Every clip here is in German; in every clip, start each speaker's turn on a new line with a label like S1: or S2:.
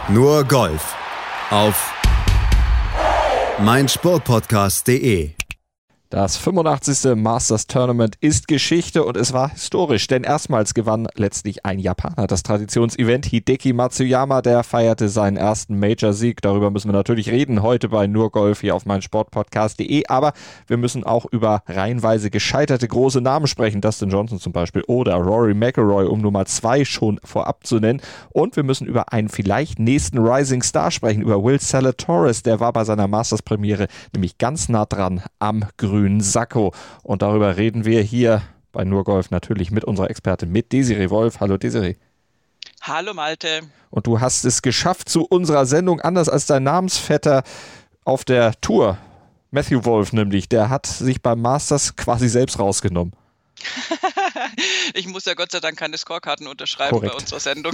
S1: Nur Golf auf meinsportpodcast.de.
S2: Das 85. Masters Tournament ist Geschichte und es war historisch, denn erstmals gewann letztlich ein Japaner das Traditionsevent. Hideki Matsuyama, der feierte seinen ersten Major-Sieg. Darüber müssen wir natürlich reden, heute bei Nur Golf hier auf meinsportpodcast.de. Aber wir müssen auch über reihenweise gescheiterte große Namen sprechen. Dustin Johnson zum Beispiel oder Rory McIlroy, um nur mal zwei schon vorab zu nennen. Und wir müssen über einen vielleicht nächsten Rising Star sprechen, über Will Zalatoris. Der war bei seiner Masters-Premiere nämlich ganz nah dran am grünen Sakko. Und darüber reden wir hier bei Nur Golf natürlich mit unserer Expertin, mit Desiree Wolf. Hallo Desiree.
S3: Hallo Malte.
S2: Und du hast es geschafft zu unserer Sendung, anders als dein Namensvetter auf der Tour. Matthew Wolf nämlich, der hat sich beim Masters quasi selbst rausgenommen.
S3: Ich muss ja Gott sei Dank keine Scorekarten unterschreiben. Korrekt. Bei unserer Sendung.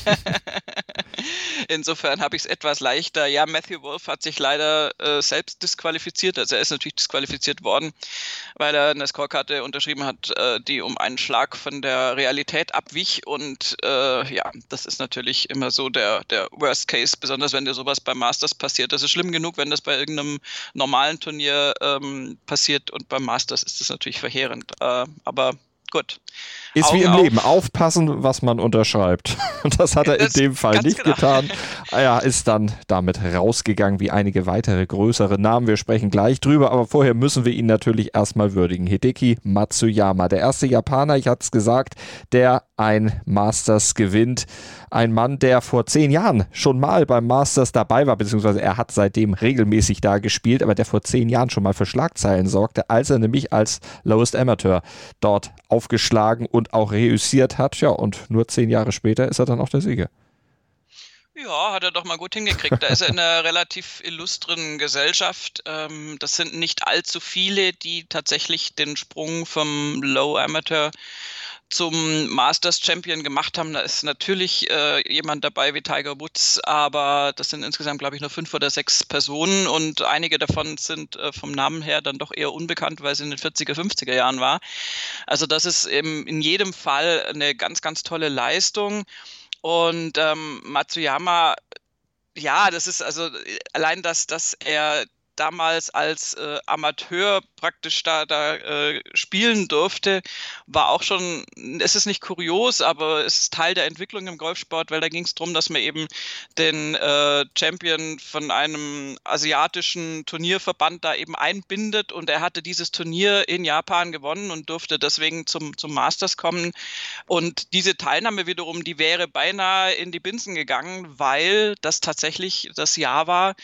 S3: Insofern habe ich es etwas leichter. Ja, Matthew Wolf hat sich leider selbst disqualifiziert. Also er ist natürlich disqualifiziert worden, weil er eine Scorekarte unterschrieben hat, die um einen Schlag von der Realität abwich. Und ja, das ist natürlich immer so der Worst Case, besonders wenn dir sowas beim Masters passiert. Das ist schlimm genug, wenn das bei irgendeinem normalen Turnier passiert, und beim Masters ist das natürlich verheerend. Aber gut.
S2: Ist Augen wie im Leben. Aufpassen, was man unterschreibt. Und das hat er in dem Fall nicht getan. Er ist dann damit rausgegangen, wie einige weitere größere Namen. Wir sprechen gleich drüber, aber vorher müssen wir ihn natürlich erstmal würdigen. Hideki Matsuyama, der erste Japaner, ich hatte es gesagt, der ein Masters gewinnt. Ein Mann, der vor 10 Jahren schon mal beim Masters dabei war, beziehungsweise er hat seitdem regelmäßig da gespielt, aber der vor 10 Jahren schon mal für Schlagzeilen sorgte, als er nämlich als Lowest Amateur dort aufgeschlagen und auch reüssiert hat. Ja, und nur 10 Jahre später ist er dann auch der Sieger.
S3: Ja, hat er doch mal gut hingekriegt. Da ist er in einer relativ illustren Gesellschaft. Das sind nicht allzu viele, die tatsächlich den Sprung vom Low Amateur zum Masters Champion gemacht haben. Da ist natürlich jemand dabei wie Tiger Woods, aber das sind insgesamt, glaube ich, nur 5 oder 6 Personen, und einige davon sind vom Namen her dann doch eher unbekannt, weil es in den 40er, 50er Jahren war. Also das ist in jedem Fall eine ganz, ganz tolle Leistung. Und Matsuyama, ja, das ist also allein, dass er damals als Amateur praktisch da spielen durfte, war auch schon, es ist nicht kurios, aber es ist Teil der Entwicklung im Golfsport, weil da ging es darum, dass man eben den Champion von einem asiatischen Turnierverband da eben einbindet, und er hatte dieses Turnier in Japan gewonnen und durfte deswegen zum Masters kommen, und diese Teilnahme wiederum, die wäre beinahe in die Binsen gegangen, weil das tatsächlich das Jahr war,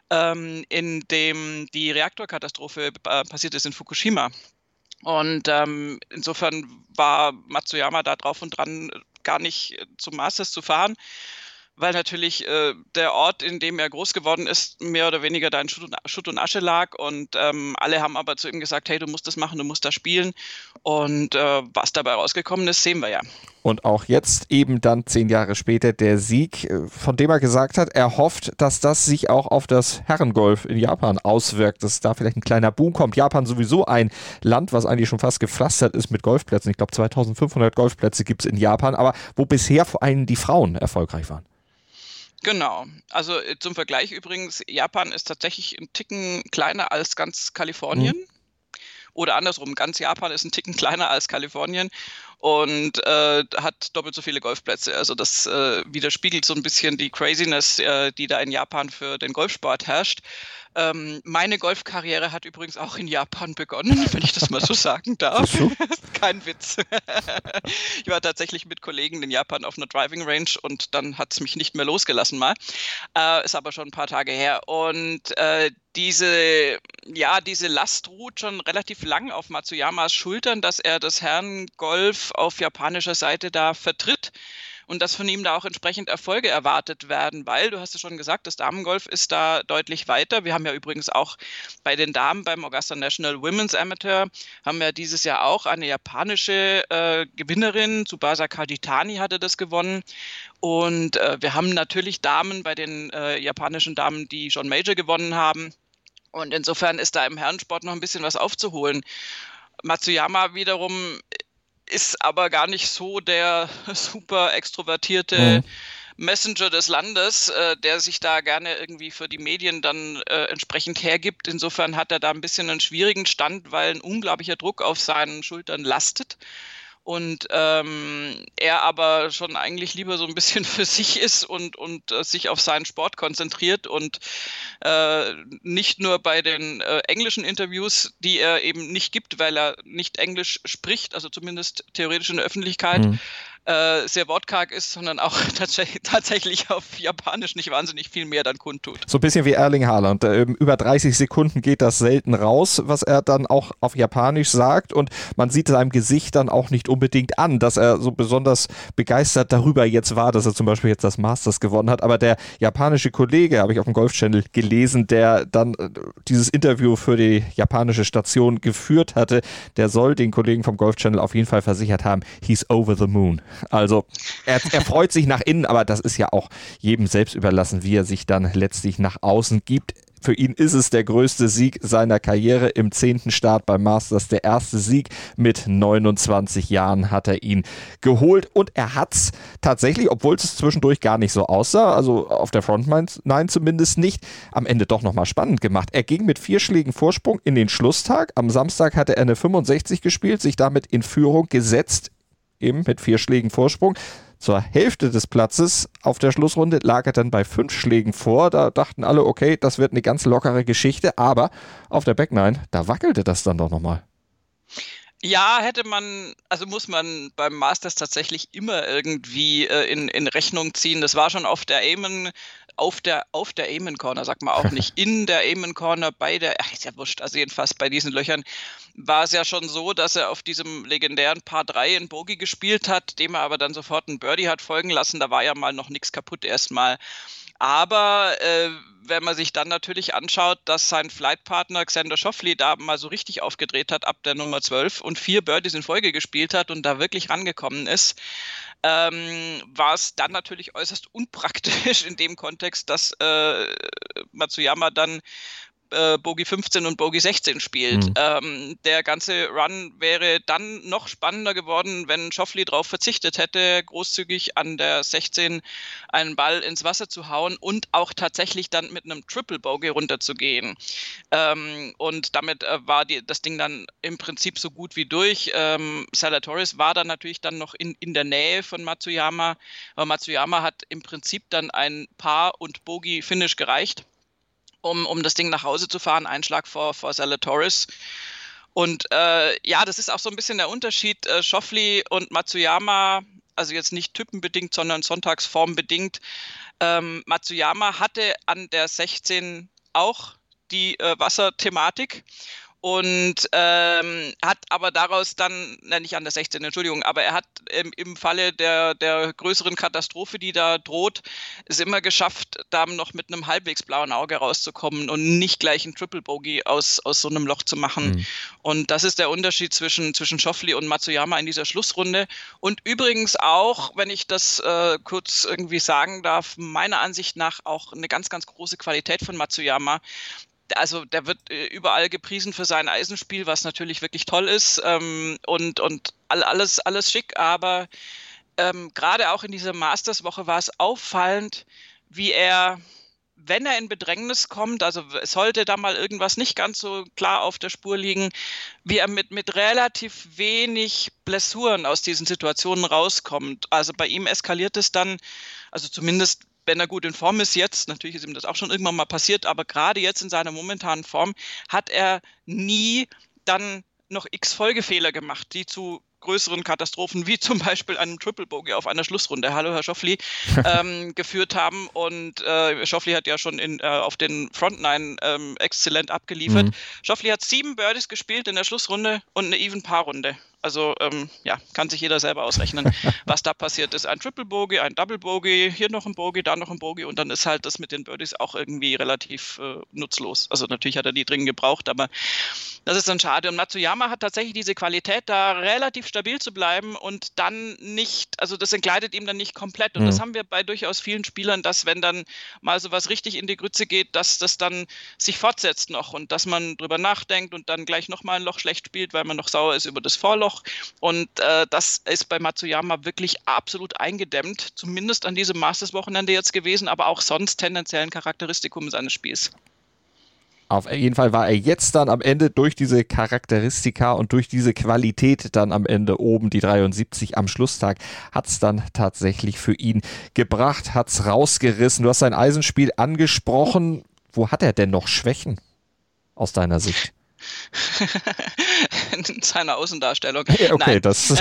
S3: in dem die Reaktorkatastrophe passiert ist in Fukushima. Und insofern war Matsuyama da drauf und dran, gar nicht zum Masters zu fahren, weil natürlich der Ort, in dem er groß geworden ist, mehr oder weniger da in Schutt und Asche lag, und alle haben aber zu ihm gesagt, hey, du musst das machen, du musst da spielen, und was dabei rausgekommen ist, sehen wir ja.
S2: Und auch jetzt eben dann 10 Jahre später der Sieg, von dem er gesagt hat, er hofft, dass das sich auch auf das Herrengolf in Japan auswirkt, dass da vielleicht ein kleiner Boom kommt. Japan sowieso ein Land, was eigentlich schon fast gepflastert ist mit Golfplätzen. Ich glaube 2500 Golfplätze gibt es in Japan, aber wo bisher vor allem die Frauen erfolgreich waren.
S3: Genau, also zum Vergleich übrigens, Japan ist tatsächlich ein Ticken kleiner als ganz Kalifornien. Oder andersrum, ganz Japan ist ein Ticken kleiner als Kalifornien und hat doppelt so viele Golfplätze. Also das widerspiegelt so ein bisschen die Craziness, die da in Japan für den Golfsport herrscht. Meine Golfkarriere hat übrigens auch in Japan begonnen, wenn ich das mal so sagen darf. Kein Witz. Ich war tatsächlich mit Kollegen in Japan auf einer Driving Range, und dann hat es mich nicht mehr losgelassen mal. Ist aber schon ein paar Tage her. Und diese Last ruht schon relativ lang auf Matsuyamas Schultern, dass er das Herrengolf auf japanischer Seite da vertritt. Und dass von ihm da auch entsprechend Erfolge erwartet werden, weil, du hast es schon gesagt, das Damengolf ist da deutlich weiter. Wir haben ja übrigens auch bei den Damen beim Augusta National Women's Amateur, haben wir dieses Jahr auch eine japanische Gewinnerin, Tsubasa Kajitani hatte das gewonnen. Und wir haben natürlich Damen bei den japanischen Damen, die schon Major gewonnen haben. Und insofern ist da im Herrensport noch ein bisschen was aufzuholen. Matsuyama wiederum ist aber gar nicht so der super extrovertierte Messenger des Landes, der sich da gerne irgendwie für die Medien dann entsprechend hergibt. Insofern hat er da ein bisschen einen schwierigen Stand, weil ein unglaublicher Druck auf seinen Schultern lastet. Und er aber schon eigentlich lieber so ein bisschen für sich ist und sich auf seinen Sport konzentriert und nicht nur bei den englischen Interviews, die er eben nicht gibt, weil er nicht Englisch spricht, also zumindest theoretisch in der Öffentlichkeit, sehr wortkarg ist, sondern auch tatsächlich auf Japanisch nicht wahnsinnig viel mehr dann kundtut.
S2: So ein bisschen wie Erling Haaland. Über 30 Sekunden geht das selten raus, was er dann auch auf Japanisch sagt, und man sieht seinem Gesicht dann auch nicht unbedingt an, dass er so besonders begeistert darüber jetzt war, dass er zum Beispiel jetzt das Masters gewonnen hat. Aber der japanische Kollege, habe ich auf dem Golf Channel gelesen, der dann dieses Interview für die japanische Station geführt hatte, der soll den Kollegen vom Golf Channel auf jeden Fall versichert haben, he's over the moon. Also er freut sich nach innen, aber das ist ja auch jedem selbst überlassen, wie er sich dann letztlich nach außen gibt. Für ihn ist es der größte Sieg seiner Karriere im 10. Start beim Masters. Der erste Sieg mit 29 Jahren hat er ihn geholt, und er hat es tatsächlich, obwohl es zwischendurch gar nicht so aussah, also auf der Frontline zumindest nicht, am Ende doch nochmal spannend gemacht. Er ging mit 4 Schlägen Vorsprung in den Schlusstag. Am Samstag hatte er eine 65 gespielt, sich damit in Führung gesetzt, eben mit 4 Schlägen Vorsprung. Zur Hälfte des Platzes auf der Schlussrunde lag er dann bei 5 Schlägen vor. Da dachten alle, okay, das wird eine ganz lockere Geschichte, aber auf der Backnine, da wackelte das dann doch nochmal.
S3: Ja, muss man beim Masters tatsächlich immer irgendwie in Rechnung ziehen. Das war schon auf der Amen Corner, sagt man auch nicht, in der Amen Corner ist ja wurscht, also jedenfalls bei diesen Löchern war es ja schon so, dass er auf diesem legendären Par 3 in Bogey gespielt hat, dem er aber dann sofort ein Birdie hat folgen lassen. Da war ja mal noch nichts kaputt erstmal. Aber wenn man sich dann natürlich anschaut, dass sein Flightpartner Xander Schauffele da mal so richtig aufgedreht hat ab der Nummer 12 und 4 Birdies in Folge gespielt hat und da wirklich rangekommen ist, war es dann natürlich äußerst unpraktisch in dem Kontext, dass Matsuyama dann Bogey 15 und Bogey 16 spielt. Der ganze Run wäre dann noch spannender geworden, wenn Schauffele darauf verzichtet hätte, großzügig an der 16 einen Ball ins Wasser zu hauen und auch tatsächlich dann mit einem Triple Bogey runterzugehen. Und damit war das Ding dann im Prinzip so gut wie durch. Zalatoris war dann natürlich dann noch in der Nähe von Matsuyama, aber Matsuyama hat im Prinzip dann ein Par- und Bogey-Finish gereicht, um das Ding nach Hause zu fahren, ein Schlag vor Zalatoris. Und das ist auch so ein bisschen der Unterschied. Schauffele und Matsuyama, also jetzt nicht typenbedingt, sondern sonntagsformbedingt. Matsuyama hatte an der 16 auch die Wasserthematik und hat aber daraus dann, nicht an der 16, Entschuldigung, aber er hat im Falle der größeren Katastrophe, die da droht, es immer geschafft, da noch mit einem halbwegs blauen Auge rauszukommen und nicht gleich ein Triple Bogey aus so einem Loch zu machen. Und das ist der Unterschied zwischen Schauffele und Matsuyama in dieser Schlussrunde. Und übrigens auch, wenn ich das kurz irgendwie sagen darf, meiner Ansicht nach auch eine ganz, ganz große Qualität von Matsuyama. Also der wird überall gepriesen für sein Eisenspiel, was natürlich wirklich toll ist, und alles schick, aber gerade auch in dieser Masters-Woche war es auffallend, wie er, wenn er in Bedrängnis kommt, also sollte da mal irgendwas nicht ganz so klar auf der Spur liegen, wie er mit relativ wenig Blessuren aus diesen Situationen rauskommt. Also bei ihm eskaliert es dann, also zumindest wenn er gut in Form ist jetzt, natürlich ist ihm das auch schon irgendwann mal passiert, aber gerade jetzt in seiner momentanen Form hat er nie dann noch x Folgefehler gemacht, die zu größeren Katastrophen, wie zum Beispiel einem Triple Bogey auf einer Schlussrunde, hallo Herr Schauffele, geführt haben. Und Schauffele hat ja schon auf den Frontline exzellent abgeliefert. Schauffele hat 7 Birdies gespielt in der Schlussrunde und eine Even-Par-Runde. Also kann sich jeder selber ausrechnen, was da passiert ist. Ein Triple Bogey, ein Double Bogey, hier noch ein Bogey, da noch ein Bogey und dann ist halt das mit den Birdies auch irgendwie relativ nutzlos. Also natürlich hat er die dringend gebraucht, aber das ist dann schade. Und Matsuyama hat tatsächlich diese Qualität, da relativ stabil zu bleiben und dann nicht, also das entgleitet ihm dann nicht komplett. Und das haben wir bei durchaus vielen Spielern, dass wenn dann mal sowas richtig in die Grütze geht, dass das dann sich fortsetzt noch und dass man drüber nachdenkt und dann gleich nochmal ein Loch schlecht spielt, weil man noch sauer ist über das Vorloch noch. Und das ist bei Matsuyama wirklich absolut eingedämmt, zumindest an diesem Masters-Wochenende jetzt gewesen, aber auch sonst tendenziell ein Charakteristikum seines Spiels.
S2: Auf jeden Fall war er jetzt dann am Ende durch diese Charakteristika und durch diese Qualität dann am Ende oben, die 73 am Schlusstag, hat es dann tatsächlich für ihn gebracht, hat es rausgerissen. Du hast sein Eisenspiel angesprochen. Wo hat er denn noch Schwächen aus deiner Sicht?
S3: In seiner Außendarstellung.
S2: Okay,
S3: Nein.
S2: das...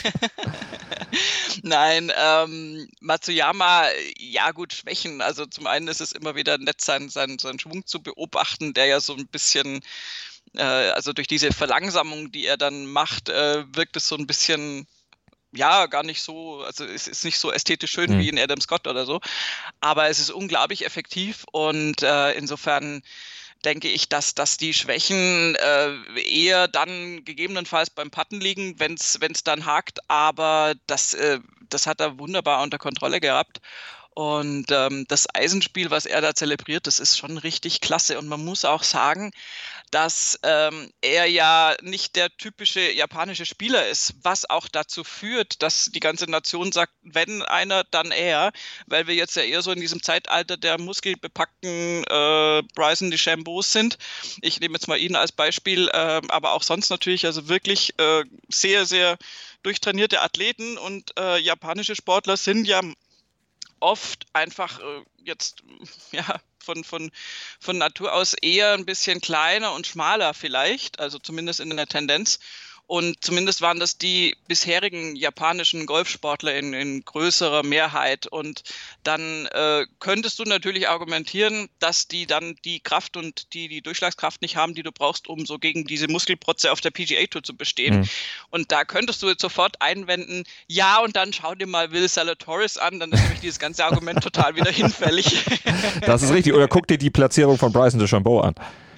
S3: Nein, Matsuyama, ja gut, Schwächen. Also zum einen ist es immer wieder nett, seinen Schwung zu beobachten, der ja so ein bisschen, also durch diese Verlangsamung, die er dann macht, wirkt es so ein bisschen, ja, gar nicht so, also es ist nicht so ästhetisch schön wie in Adam Scott oder so, aber es ist unglaublich effektiv und insofern denke ich, dass die Schwächen eher dann gegebenenfalls beim Putten liegen, wenn es dann hakt, aber das hat er wunderbar unter Kontrolle gehabt. Und das Eisenspiel, was er da zelebriert, das ist schon richtig klasse. Und man muss auch sagen, dass er ja nicht der typische japanische Spieler ist, was auch dazu führt, dass die ganze Nation sagt, wenn einer, dann er, weil wir jetzt ja eher so in diesem Zeitalter der muskelbepackten Bryson DeChambeau sind. Ich nehme jetzt mal ihn als Beispiel, aber auch sonst natürlich, also wirklich sehr, sehr durchtrainierte Athleten und japanische Sportler sind ja oft einfach jetzt ja von Natur aus eher ein bisschen kleiner und schmaler vielleicht, also zumindest in der Tendenz. Und zumindest waren das die bisherigen japanischen Golfsportler in größerer Mehrheit. Und dann könntest du natürlich argumentieren, dass die dann die Kraft und die Durchschlagskraft nicht haben, die du brauchst, um so gegen diese Muskelprotze auf der PGA-Tour zu bestehen. Mhm. Und da könntest du jetzt sofort einwenden, ja, und dann schau dir mal Will Zalatoris an, dann ist nämlich dieses ganze Argument total wieder hinfällig.
S2: Das ist richtig. Oder guck dir die Platzierung von Bryson DeChambeau an.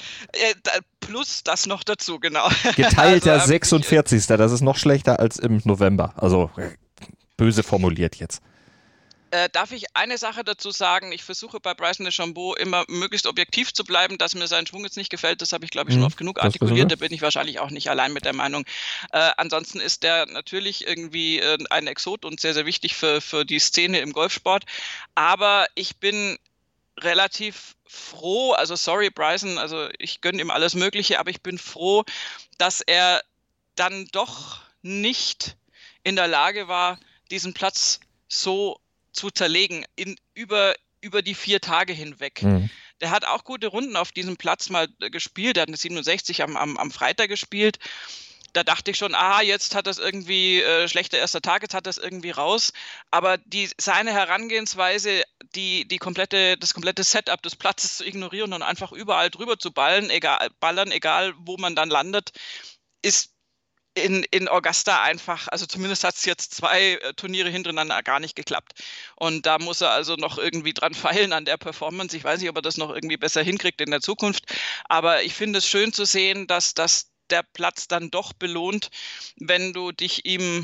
S3: Plus das noch dazu, genau.
S2: Geteilter also, 46. Das ist noch schlechter als im November. Also böse formuliert jetzt.
S3: Darf ich eine Sache dazu sagen? Ich versuche bei Bryson DeChambeau immer möglichst objektiv zu bleiben, dass mir sein Schwung jetzt nicht gefällt. Das habe ich, glaube ich, schon oft genug artikuliert. Da bin ich wahrscheinlich auch nicht allein mit der Meinung. Ansonsten ist der natürlich irgendwie ein Exot und sehr, sehr wichtig für die Szene im Golfsport. Aber ich bin relativ froh, also sorry Bryson, also ich gönne ihm alles Mögliche, aber ich bin froh, dass er dann doch nicht in der Lage war, diesen Platz so zu zerlegen, über die 4 Tage hinweg. Mhm. Der hat auch gute Runden auf diesem Platz mal gespielt, der hat eine 67 am Freitag gespielt. Da dachte ich schon, jetzt hat das irgendwie schlechter erster Tag, jetzt hat das irgendwie raus. Aber seine Herangehensweise, das komplette Setup des Platzes zu ignorieren und einfach überall drüber zu ballern, egal wo man dann landet, ist in Augusta einfach, also zumindest hat es jetzt 2 Turniere hintereinander gar nicht geklappt. Und da muss er also noch irgendwie dran feilen an der Performance. Ich weiß nicht, ob er das noch irgendwie besser hinkriegt in der Zukunft. Aber ich finde es schön zu sehen, dass der Platz dann doch belohnt, wenn du dich ihm,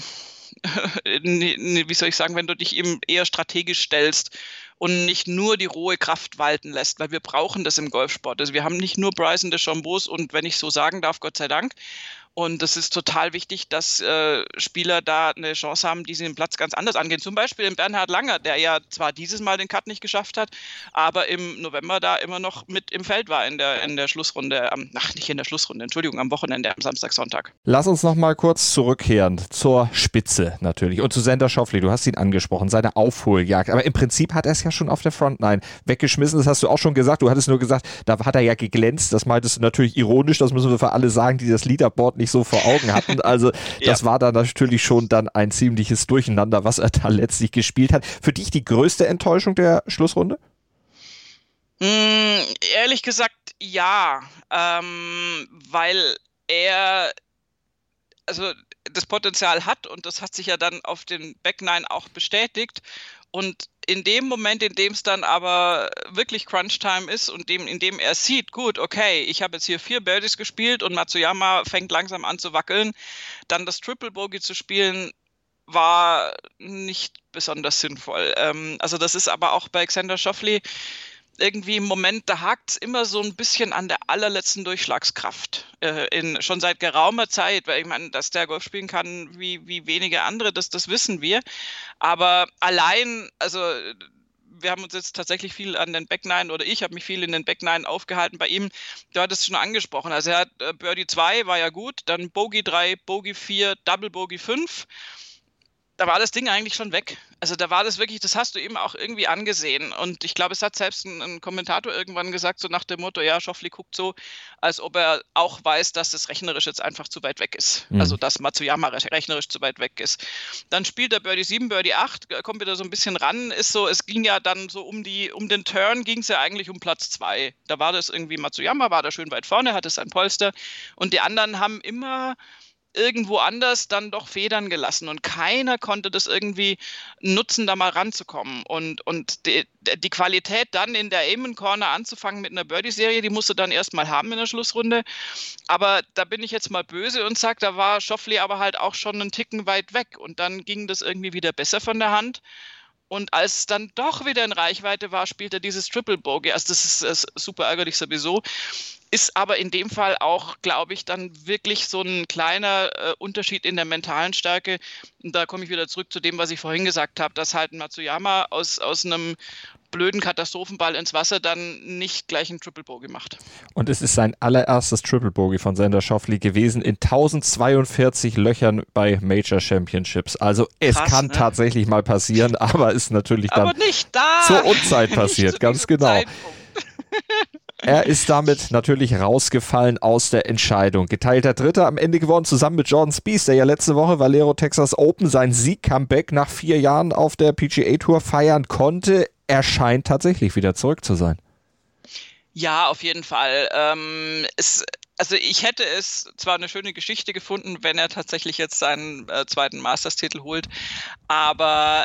S3: wenn du dich ihm eher strategisch stellst und nicht nur die rohe Kraft walten lässt, weil wir brauchen das im Golfsport. Also wir haben nicht nur Bryson DeChambeau und wenn ich so sagen darf, Gott sei Dank. Und es ist total wichtig, dass Spieler da eine Chance haben, die sie den Platz ganz anders angehen. Zum Beispiel in Bernhard Langer, der ja zwar dieses Mal den Cut nicht geschafft hat, aber im November da immer noch mit im Feld war in der Schlussrunde, nicht in der Schlussrunde, Entschuldigung, am Wochenende, am Samstag, Sonntag.
S2: Lass uns noch mal kurz zurückkehren zur Spitze natürlich und zu Xander Schauffele. Du hast ihn angesprochen, seine Aufholjagd. Aber im Prinzip hat er es ja schon auf der Frontline weggeschmissen. Das hast du auch schon gesagt. Du hattest nur gesagt, da hat er ja geglänzt. Das meintest du natürlich ironisch. Das müssen wir für alle sagen, die das Leaderboard nicht so vor Augen hatten. Also das war dann natürlich schon dann ein ziemliches Durcheinander, was er da letztlich gespielt hat. Für dich die größte Enttäuschung der Schlussrunde?
S3: Ehrlich gesagt, ja. Weil er also das Potenzial hat und das hat sich ja dann auf den Back Nine auch bestätigt. Und in dem Moment, in dem es dann aber wirklich Crunch-Time ist und in dem er sieht, gut, okay, ich habe jetzt hier 4 Birdies gespielt und Matsuyama fängt langsam an zu wackeln, dann das Triple Bogey zu spielen, war nicht besonders sinnvoll. Also das ist aber auch bei Xander Schauffele irgendwie im Moment, da hakt es immer so ein bisschen an der allerletzten Durchschlagskraft. Schon seit geraumer Zeit, weil ich meine, dass der Golf spielen kann wie wenige andere, das wissen wir. Aber allein, also wir haben uns jetzt tatsächlich viel an den Back Nine, oder ich habe mich viel in den Back Nine aufgehalten bei ihm. Du hattest es schon angesprochen. Also er hat Birdie 2 war ja gut, dann Bogey 3, Bogey 4, Double Bogey 5. Da war das Ding eigentlich schon weg. Also da war das wirklich, das hast du eben auch irgendwie angesehen. Und ich glaube, es hat selbst ein Kommentator irgendwann gesagt, so nach dem Motto, ja, Schauffele guckt so, als ob er auch weiß, dass das rechnerisch jetzt einfach zu weit weg ist. Also dass Matsuyama rechnerisch zu weit weg ist. Dann spielt er Birdie 7, Birdie 8, kommt wieder so ein bisschen ran, ist so, es ging ja dann so um den Turn, ging es ja eigentlich um Platz 2. Da war das irgendwie, Matsuyama war da schön weit vorne, hatte sein Polster, und die anderen haben immer irgendwo anders dann doch federn gelassen, und keiner konnte das irgendwie nutzen, da mal ranzukommen. Und die Qualität dann in der Amen Corner anzufangen mit einer Birdie-Serie, die musst du dann erstmal haben in der Schlussrunde. Aber da bin ich jetzt mal böse und sage, da war Schauffele aber halt auch schon einen Ticken weit weg, und dann ging das irgendwie wieder besser von der Hand. Und als es dann doch wieder in Reichweite war, spielt er dieses Triple Bogey. Also das ist super ärgerlich sowieso. Ist aber in dem Fall auch, glaube ich, dann wirklich so ein kleiner Unterschied in der mentalen Stärke. Und da komme ich wieder zurück zu dem, was ich vorhin gesagt habe, dass halt Matsuyama aus einem blöden Katastrophenball ins Wasser dann nicht gleich einen Triple Bogey macht.
S2: Und es ist sein allererstes Triple Bogey von Xander Schauffele gewesen in 1042 Löchern bei Major Championships. Also es
S3: Krass,
S2: kann
S3: ne?
S2: tatsächlich mal passieren, aber ist natürlich dann
S3: Aber nicht da!
S2: zur Unzeit passiert, ganz genau.
S3: Zeitpunkt.
S2: Er ist damit natürlich rausgefallen aus der Entscheidung. Geteilter Dritter am Ende geworden, zusammen mit Jordan Spieth, der ja letzte Woche Valero Texas Open sein Sieg-Comeback nach 4 Jahren auf der PGA Tour feiern konnte. Er scheint tatsächlich wieder zurück zu sein.
S3: Ja, auf jeden Fall. Also ich hätte es zwar eine schöne Geschichte gefunden, wenn er tatsächlich jetzt seinen zweiten Masters-Titel holt, aber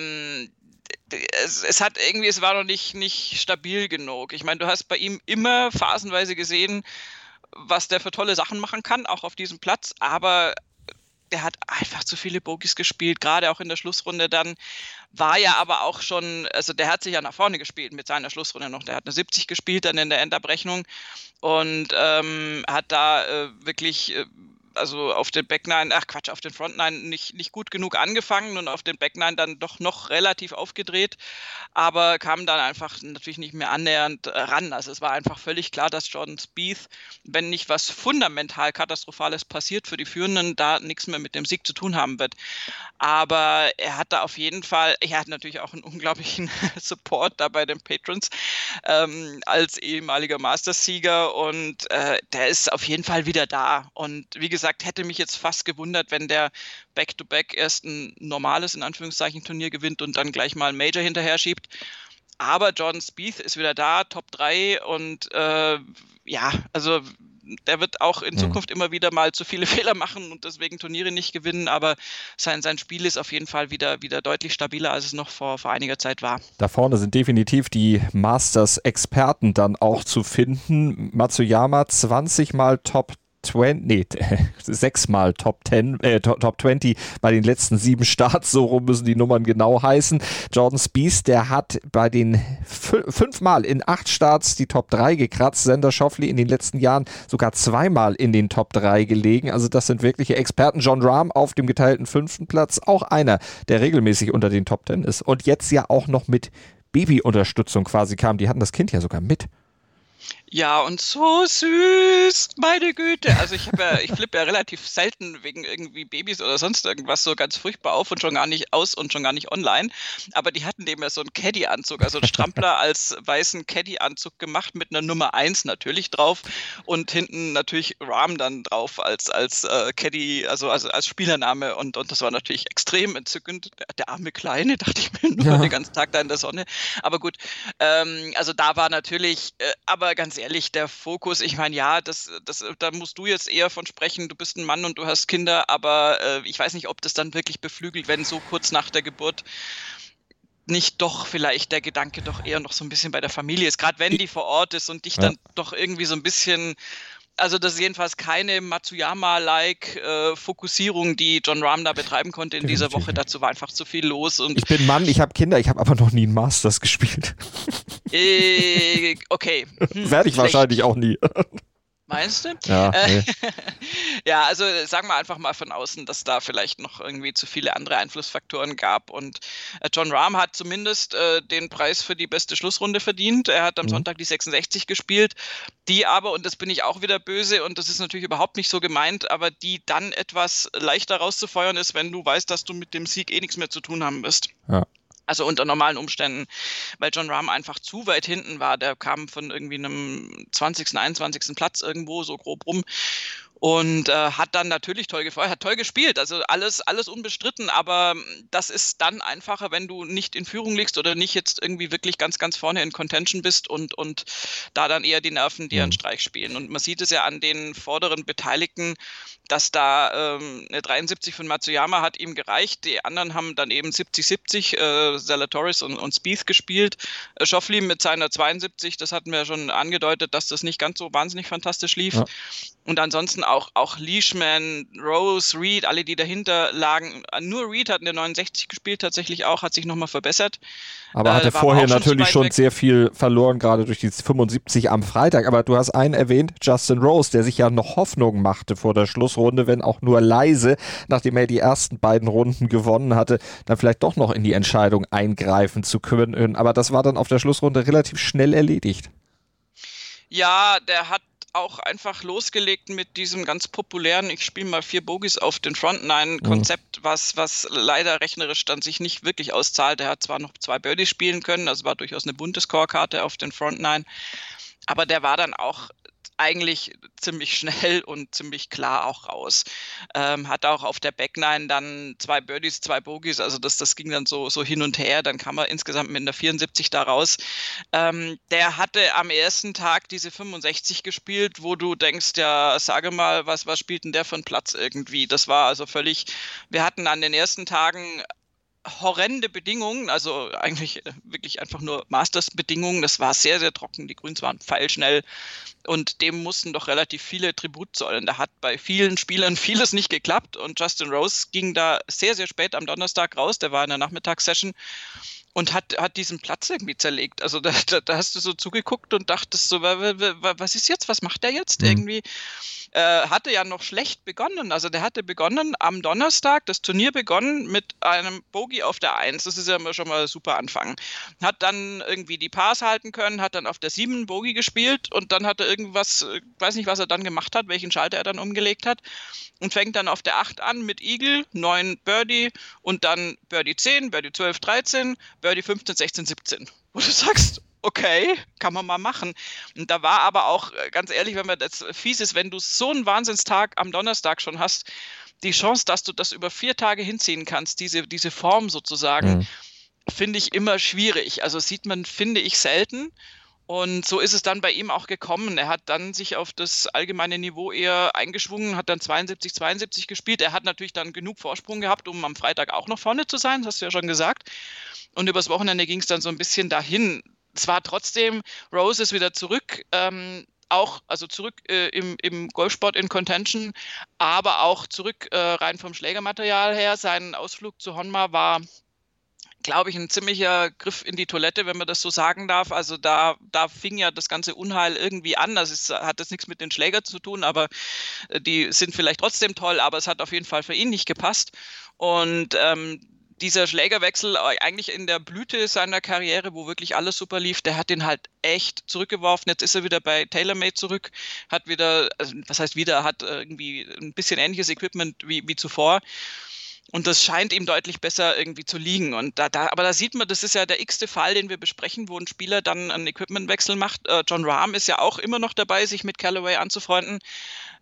S3: es war noch nicht stabil genug. Ich meine, du hast bei ihm immer phasenweise gesehen, was der für tolle Sachen machen kann, auch auf diesem Platz, aber der hat einfach zu viele Bogies gespielt, gerade auch in der Schlussrunde dann. War ja aber auch schon, also der hat sich ja nach vorne gespielt mit seiner Schlussrunde noch. Der hat eine 70 gespielt dann in der Endabrechnung und hat da wirklich, also auf den auf den Front Nine nicht gut genug angefangen und auf den Back Nine dann doch noch relativ aufgedreht, aber kam dann einfach natürlich nicht mehr annähernd ran. Also es war einfach völlig klar, dass Jordan Spieth, wenn nicht was fundamental Katastrophales passiert für die Führenden, da nichts mehr mit dem Sieg zu tun haben wird. Aber er hat da auf jeden Fall, er hat natürlich auch einen unglaublichen Support da bei den Patrons als ehemaliger Masters-Sieger, und der ist auf jeden Fall wieder da. Und wie gesagt, hätte mich jetzt fast gewundert, wenn der Back-to-Back erst ein normales, in Anführungszeichen, Turnier gewinnt und dann gleich mal ein Major hinterher schiebt. Aber Jordan Spieth ist wieder da, Top 3, und also der wird auch in Zukunft immer wieder mal zu viele Fehler machen und deswegen Turniere nicht gewinnen, aber sein Spiel ist auf jeden Fall wieder deutlich stabiler, als es noch vor einiger Zeit war.
S2: Da vorne sind definitiv die Masters-Experten dann auch zu finden. Matsuyama 20 Mal Top 6-mal Top 20 bei den letzten 7 Starts, so rum müssen die Nummern genau heißen. Jordan Spieth, der hat bei den 5-mal in 8 Starts die Top 3 gekratzt. Xander Schauffele in den letzten Jahren sogar 2-mal in den Top 3 gelegen. Also das sind wirkliche Experten. Jon Rahm auf dem geteilten 5. Platz, auch einer, der regelmäßig unter den Top 10 ist und jetzt ja auch noch mit Babyunterstützung quasi kam. Die hatten das Kind ja sogar mit.
S3: Ja, und so süß, meine Güte. Also ich flippe ja relativ selten wegen irgendwie Babys oder sonst irgendwas so ganz furchtbar auf und schon gar nicht aus und schon gar nicht online. Aber die hatten dem ja so einen Caddy-Anzug, also einen Strampler als weißen Caddy-Anzug gemacht mit einer Nummer 1 natürlich drauf und hinten natürlich Rahm dann drauf als Caddy, also als Spielername, und das war natürlich extrem entzückend. Der arme Kleine, dachte ich mir, nur den ganzen Tag da in der Sonne. Aber gut, also da war natürlich, aber ganz ehrlich, der Fokus, ich meine, ja, da musst du jetzt eher von sprechen, du bist ein Mann und du hast Kinder, aber ich weiß nicht, ob das dann wirklich beflügelt, wenn so kurz nach der Geburt nicht doch vielleicht der Gedanke doch eher noch so ein bisschen bei der Familie ist, gerade wenn die vor Ort ist und dich dann doch irgendwie so ein bisschen Also das ist jedenfalls keine Matsuyama-like Fokussierung, die Jon Rahm da betreiben konnte in dieser Woche. Dazu war einfach zu viel los. Und
S2: ich bin Mann, ich habe Kinder, ich habe aber noch nie ein Masters gespielt.
S3: Okay.
S2: Werde ich wahrscheinlich auch nie.
S3: Meinst du?
S2: Ja, nee.
S3: Ja, also sagen wir einfach mal von außen, dass da vielleicht noch irgendwie zu viele andere Einflussfaktoren gab. Und Jon Rahm hat zumindest den Preis für die beste Schlussrunde verdient. Er hat am Sonntag die 66 gespielt, die aber, und das bin ich auch wieder böse, und das ist natürlich überhaupt nicht so gemeint, aber die dann etwas leichter rauszufeuern ist, wenn du weißt, dass du mit dem Sieg eh nichts mehr zu tun haben wirst.
S2: Ja.
S3: Also unter normalen Umständen, weil Jon Rahm einfach zu weit hinten war. Der kam von irgendwie einem 20., 21. Platz irgendwo so grob rum und hat dann natürlich toll gefeuert, hat toll gespielt, also alles unbestritten, aber das ist dann einfacher, wenn du nicht in Führung liegst oder nicht jetzt irgendwie wirklich ganz, ganz vorne in Contention bist und da dann eher die Nerven dir einen Streich spielen. Und man sieht es ja an den vorderen Beteiligten, dass da eine 73 von Matsuyama hat ihm gereicht, die anderen haben dann eben 70-70, Zalatoris und Spieth gespielt. Schauffele mit seiner 72, das hatten wir ja schon angedeutet, dass das nicht ganz so wahnsinnig fantastisch lief. Ja. Und ansonsten auch Leishman, Rose, Reed, alle, die dahinter lagen. Nur Reed hat eine 69 gespielt, tatsächlich auch, hat sich nochmal verbessert.
S2: Aber hatte vorher natürlich schon sehr viel verloren, gerade durch die 75 am Freitag. Aber du hast einen erwähnt, Justin Rose, der sich ja noch Hoffnung machte vor der Schlussrunde, wenn auch nur leise, nachdem er die ersten beiden Runden gewonnen hatte, dann vielleicht doch noch in die Entscheidung eingreifen zu können. Aber das war dann auf der Schlussrunde relativ schnell erledigt.
S3: Ja, der hat auch einfach losgelegt mit diesem ganz populären, ich spiele mal 4 Bogies auf den Front Nine Konzept, was leider rechnerisch dann sich nicht wirklich auszahlt. Er hat zwar noch 2 Birdies spielen können, also war durchaus eine bunte Scorekarte auf den Front Nine, aber der war dann auch eigentlich ziemlich schnell und ziemlich klar auch raus. Hat auch auf der Back Nine dann 2 Birdies, 2 Bogies, also das ging dann so hin und her, dann kam er insgesamt mit einer 74 da raus. Der hatte am ersten Tag diese 65 gespielt, wo du denkst, ja, sage mal, was spielt denn der für einen Platz irgendwie? Das war also völlig, wir hatten an den ersten Tagen horrende Bedingungen, also eigentlich wirklich einfach nur Masters-Bedingungen. Das war sehr, sehr trocken, die Grüns waren pfeilschnell und dem mussten doch relativ viele Tribut zollen. Da hat bei vielen Spielern vieles nicht geklappt und Justin Rose ging da sehr, sehr spät am Donnerstag raus, der war in der Nachmittagssession und hat diesen Platz irgendwie zerlegt. Also da hast du so zugeguckt und dachtest so, was ist jetzt, was macht der jetzt irgendwie? Hatte ja noch schlecht begonnen. Also der hatte begonnen am Donnerstag, das Turnier begonnen mit einem Bogey auf der 1. Das ist ja immer schon mal super Anfang. Hat dann irgendwie die Pars halten können, hat dann auf der 7 Bogey gespielt und dann hat er irgendwas, weiß nicht, was er dann gemacht hat, welchen Schalter er dann umgelegt hat und fängt dann auf der 8 an mit Eagle, 9 Birdie und dann Birdie 10, Birdie 12, 13, Birdie 15, 16, 17. Wo du sagst, okay, kann man mal machen. Und da war aber auch, ganz ehrlich, wenn man das fies ist, wenn du so einen Wahnsinnstag am Donnerstag schon hast, die Chance, dass du das über 4 Tage hinziehen kannst, diese Form sozusagen, finde ich immer schwierig. Also sieht man, finde ich, selten. Und so ist es dann bei ihm auch gekommen. Er hat dann sich auf das allgemeine Niveau eher eingeschwungen, hat dann 72 gespielt. Er hat natürlich dann genug Vorsprung gehabt, um am Freitag auch noch vorne zu sein, das hast du ja schon gesagt. Und übers Wochenende ging es dann so ein bisschen dahin. Es war trotzdem, Rose ist wieder zurück, zurück im Golfsport in Contention, aber auch zurück rein vom Schlägermaterial her. Sein Ausflug zu Honma war, glaube ich, ein ziemlicher Griff in die Toilette, wenn man das so sagen darf. Also da fing ja das ganze Unheil irgendwie an. Das hat jetzt nichts mit den Schlägern zu tun, aber die sind vielleicht trotzdem toll, aber es hat auf jeden Fall für ihn nicht gepasst. Und dieser Schlägerwechsel eigentlich in der Blüte seiner Karriere, wo wirklich alles super lief, der hat ihn halt echt zurückgeworfen. Jetzt ist er wieder bei TaylorMade zurück, hat wieder, also was heißt wieder, hat irgendwie ein bisschen ähnliches Equipment wie zuvor. Und das scheint ihm deutlich besser irgendwie zu liegen. Und aber da sieht man, das ist ja der x-te Fall, den wir besprechen, wo ein Spieler dann einen Equipmentwechsel macht. Jon Rahm ist ja auch immer noch dabei, sich mit Callaway anzufreunden.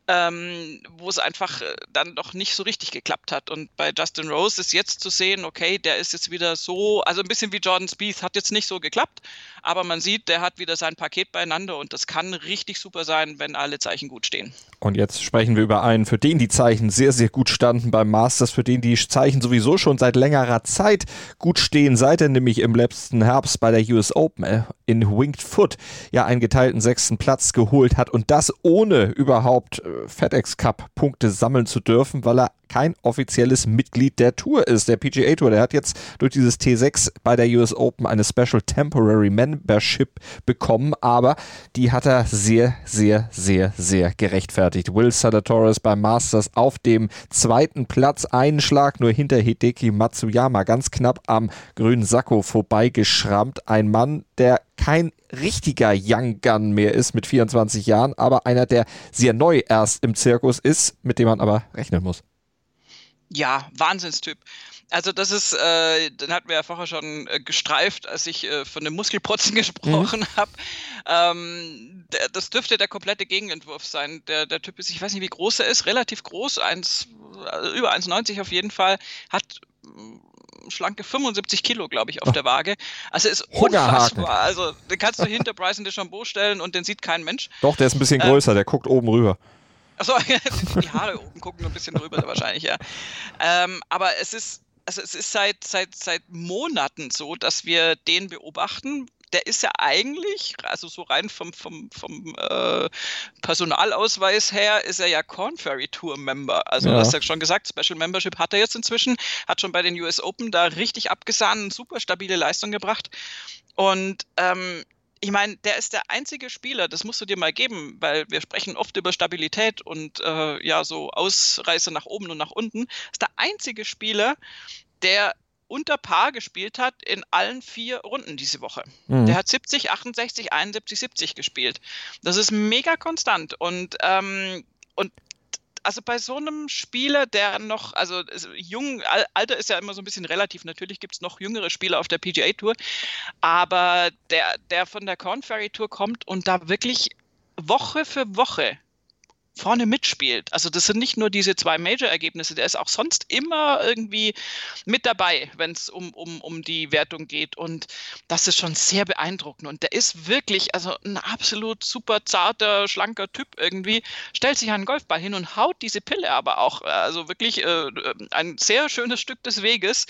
S3: wo es einfach dann doch nicht so richtig geklappt hat. Und bei Justin Rose ist jetzt zu sehen, okay, der ist jetzt wieder so, also ein bisschen wie Jordan Spieth, hat jetzt nicht so geklappt, aber man sieht, der hat wieder sein Paket beieinander und das kann richtig super sein, wenn alle Zeichen gut stehen.
S2: Und jetzt sprechen wir über einen, für den die Zeichen sehr, sehr gut standen beim Masters, für den die Zeichen sowieso schon seit längerer Zeit gut stehen, seit er nämlich im letzten Herbst bei der US Open in Winged Foot ja einen geteilten 6. Platz geholt hat und das ohne überhaupt FedEx Cup Punkte sammeln zu dürfen, weil er kein offizielles Mitglied der Tour ist, der PGA Tour. Der hat jetzt durch dieses T6 bei der US Open eine Special Temporary Membership bekommen, aber die hat er sehr, sehr, sehr, sehr gerechtfertigt. Will Zalatoris beim Masters auf dem 2. Platz, einen Schlag nur hinter Hideki Matsuyama, ganz knapp am grünen Sakko vorbeigeschrammt. Ein Mann, der kein richtiger Young Gun mehr ist mit 24 Jahren, aber einer, der sehr neu erst im Zirkus ist, mit dem man aber rechnen muss.
S3: Ja, Wahnsinnstyp. Also das ist, den hatten wir ja vorher schon gestreift, als ich von dem Muskelprotzen gesprochen habe. Das dürfte der komplette Gegenentwurf sein. Der Typ ist, ich weiß nicht, wie groß er ist, relativ groß, über 1,90 auf jeden Fall, hat schlanke 75 Kilo, glaube ich, auf der Waage. Also ist unfassbar. Also den kannst du hinter Bryson DeChambeau stellen und den sieht kein Mensch.
S2: Doch, der ist ein bisschen größer, der guckt oben rüber.
S3: Achso, die Haare oben gucken ein bisschen drüber wahrscheinlich, ja. Aber es ist seit Monaten so, dass wir den beobachten. Der ist ja eigentlich, also so rein vom Personalausweis her, ist er ja Korn Ferry Tour Member. Also du hast ja schon gesagt, Special Membership hat er jetzt inzwischen, hat schon bei den US Open da richtig abgesahnt, super stabile Leistung gebracht. Und ich meine, der ist der einzige Spieler, das musst du dir mal geben, weil wir sprechen oft über Stabilität und so Ausreißer nach oben und nach unten. Ist der einzige Spieler, der unter Paar gespielt hat in allen 4 Runden diese Woche. Der hat 70, 68, 71, 70 gespielt. Das ist mega konstant und also bei so einem Spieler, der noch, also jung, Alter ist ja immer so ein bisschen relativ, natürlich gibt es noch jüngere Spieler auf der PGA Tour, aber der von der Korn Ferry Tour kommt und da wirklich Woche für Woche vorne mitspielt. Also das sind nicht nur diese 2 Major-Ergebnisse, der ist auch sonst immer irgendwie mit dabei, wenn es um die Wertung geht und das ist schon sehr beeindruckend und der ist wirklich, also ein absolut super zarter, schlanker Typ irgendwie, stellt sich einen Golfball hin und haut diese Pille aber auch, also wirklich ein sehr schönes Stück des Weges,